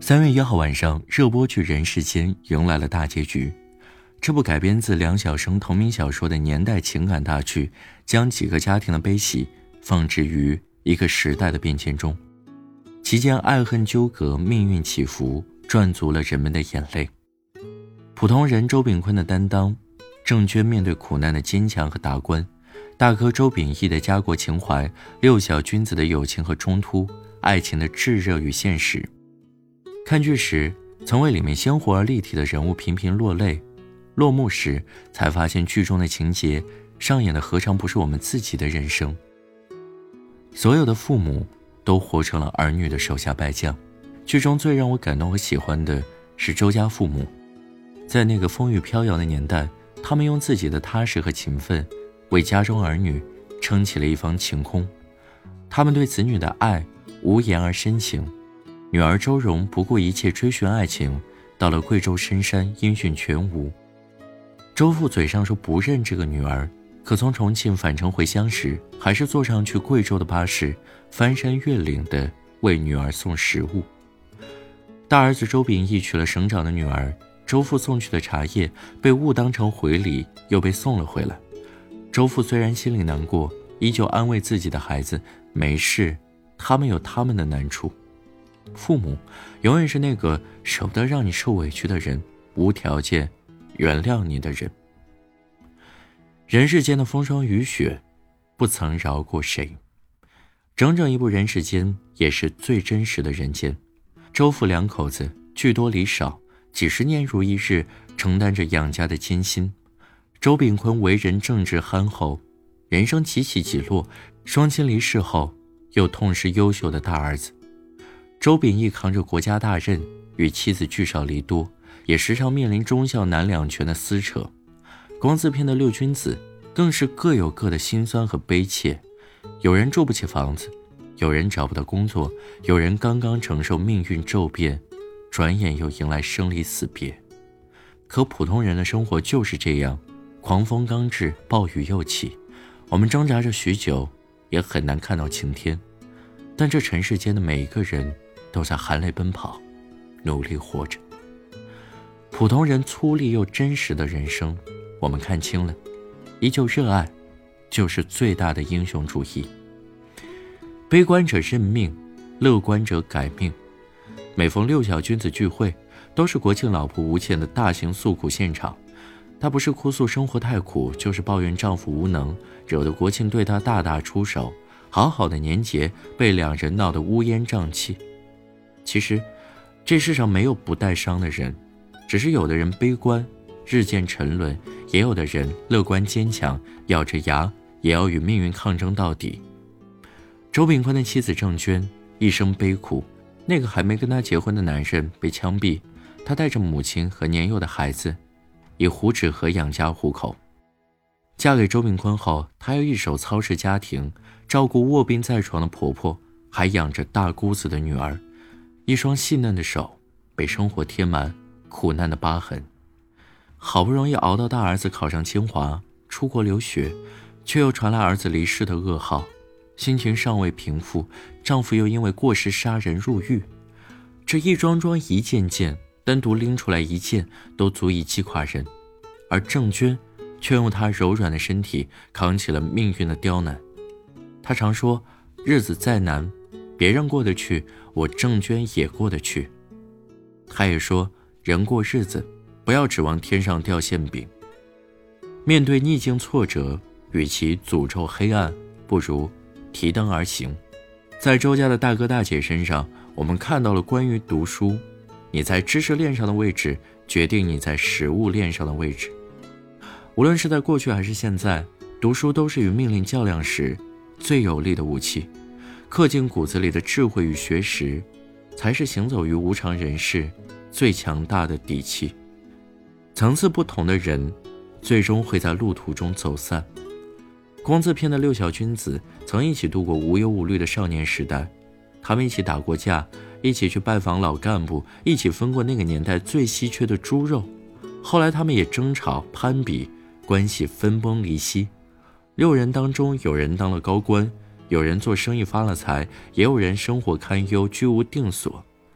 3月1号晚上，热播剧《人世间》迎来了大结局。这部改编自梁晓声同名小说的年代情感大剧，将几个家庭的悲喜放置于一个时代的变迁中，其间爱恨纠葛、命运起伏，赚足了人们的眼泪。普通人周秉昆的担当，郑娟面对苦难的坚强和达观，大哥周秉义的家国情怀，六小君子的友情和冲突，爱情的炙热与现实。看剧时曾为里面鲜活而立体的人物频频落泪，落幕时才发现剧中的情节上演的何尝不是我们自己的人生。所有的父母都活成了儿女的手下败将。剧中最让我感动和喜欢的是周家父母，在那个风雨飘摇的年代，他们用自己的踏实和勤奋为家中儿女撑起了一方晴空。他们对子女的爱无言而深情。女儿周蓉不顾一切追寻爱情，到了贵州深山音讯全无。周父嘴上说不认这个女儿，可从重庆返程回乡时，还是坐上去贵州的巴士，翻山越岭地为女儿送食物。大儿子周秉义娶了省长的女儿，周父送去的茶叶被误当成回礼，又被送了回来。周父虽然心里难过，依旧安慰自己的孩子，没事，他们有他们的难处。父母永远是那个舍不得让你受委屈的人，无条件原谅你的人。人世间的风霜雨雪不曾饶过谁，整整一部人世间也是最真实的人间。周父两口子聚多离少，几十年如一日，承担着养家的艰辛。周秉昆为人正直憨厚，人生起起起落，双亲离世后又痛失优秀的大儿子。周秉义扛着国家大任，与妻子聚少离多，也时常面临忠孝难两全的撕扯。光字片的六君子更是各有各的辛酸和悲切，有人住不起房子，有人找不到工作，有人刚刚承受命运骤变，转眼又迎来生离死别。可普通人的生活就是这样，狂风刚至，暴雨又起，我们挣扎着许久，也很难看到晴天。但这尘世间的每一个人都在含泪奔跑，努力活着。普通人粗粝又真实的人生，我们看清了，依旧热爱，就是最大的英雄主义。悲观者认命，乐观者改命。每逢六小君子聚会，都是国庆老婆吴倩的大型诉苦现场。她不是哭诉生活太苦，就是抱怨丈夫无能，惹得国庆对她大打出手。好好的年节被两人闹得乌烟瘴气。其实这世上没有不带伤的人，只是有的人悲观日渐沉沦，也有的人乐观坚强，咬着牙也要与命运抗争到底。周秉昆的妻子郑娟一生悲苦，那个还没跟他结婚的男人被枪毙，他带着母亲和年幼的孩子以糊纸盒养家糊口。嫁给周秉昆后，她要一手操持家庭，照顾卧病在床的婆婆，还养着大姑子的女儿，一双细嫩的手被生活贴满苦难的疤痕。好不容易熬到大儿子考上清华，出国留学，却又传来儿子离世的噩耗，心情尚未平复，丈夫又因为过失杀人入狱。这一桩桩一件件，单独拎出来一件都足以击垮人，而郑娟却用她柔软的身体扛起了命运的刁难。她常说，日子再难，别人过得去，我郑娟也过得去。她也说，人过日子，不要指望天上掉馅饼。面对逆境挫折，与其诅咒黑暗，不如提灯而行。在周家的大哥大姐身上，我们看到了关于读书，你在知识链上的位置，决定你在食物链上的位置。无论是在过去还是现在，读书都是与命令较量时最有力的武器。刻进骨子里的智慧与学识，才是行走于无常人世最强大的底气。层次不同的人，最终会在路途中走散。光字片的六小君子曾一起度过无忧无虑的少年时代，他们一起打过架，一起去拜访老干部，一起分过那个年代最稀缺的猪肉。后来他们也争吵攀比，关系分崩离析。六人当中，有人当了高官，有人做生意发了财，也有人生活堪忧，居无定所。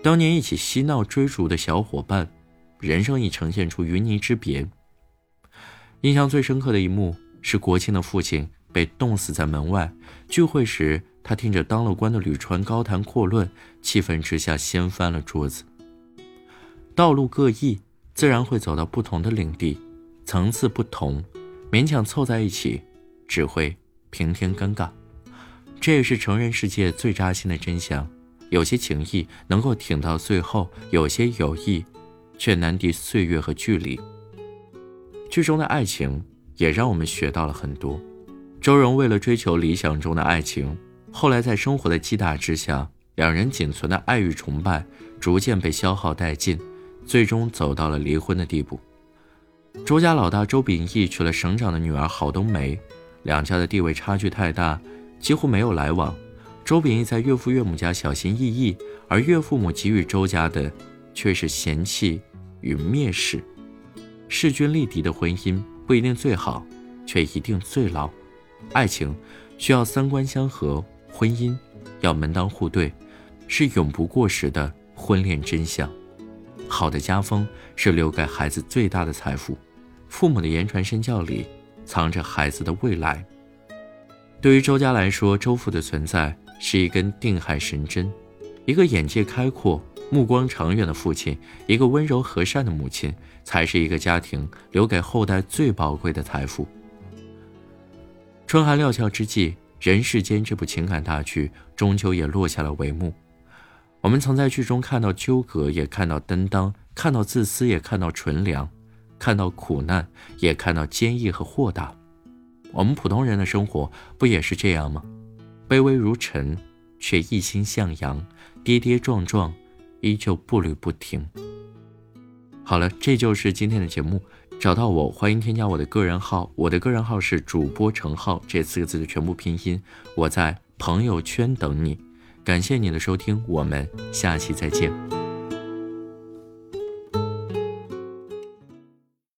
当年一起嬉闹追逐的小伙伴，人生已呈现出云泥之别。印象最深刻的一幕是国庆的父亲被冻死在门外，聚会时他听着当了官的吕川高谈阔论，气愤之下掀翻了桌子。道路各异，自然会走到不同的领地，层次不同，勉强凑在一起只会平添尴尬。这也是成人世界最扎心的真相，有些情谊能够挺到最后，有些友谊却难敌岁月和距离。剧中的爱情也让我们学到了很多。周蓉为了追求理想中的爱情，后来在生活的击打之下，两人仅存的爱与崇拜逐渐被消耗殆尽，最终走到了离婚的地步。周家老大周秉义娶了省长的女儿郝冬梅，两家的地位差距太大，几乎没有来往。周秉义在岳父岳母家小心翼翼，而岳父母给予周家的却是嫌弃与蔑视。势均力敌的婚姻不一定最好，却一定最牢。爱情需要三观相合，婚姻要门当户对，是永不过时的婚恋真相。好的家风是留给孩子最大的财富，父母的言传身教里藏着孩子的未来。对于周家来说，周父的存在是一根定海神针，一个眼界开阔、目光长远的父亲，一个温柔和善的母亲，才是一个家庭留给后代最宝贵的财富。春寒料峭之际，《人世间》这部情感大剧终究也落下了帷幕。我们曾在剧中看到纠葛，也看到担当，看到自私，也看到纯良，看到苦难，也看到坚毅和豁达。我们普通人的生活不也是这样吗？卑微如尘，却一心向阳，跌跌撞撞，依旧步履不停。好了，这就是今天的节目。找到我，欢迎添加我的个人号，我的个人号是主播程浩，这4个字的全部拼音。我在朋友圈等你。感谢你的收听，我们下期再见。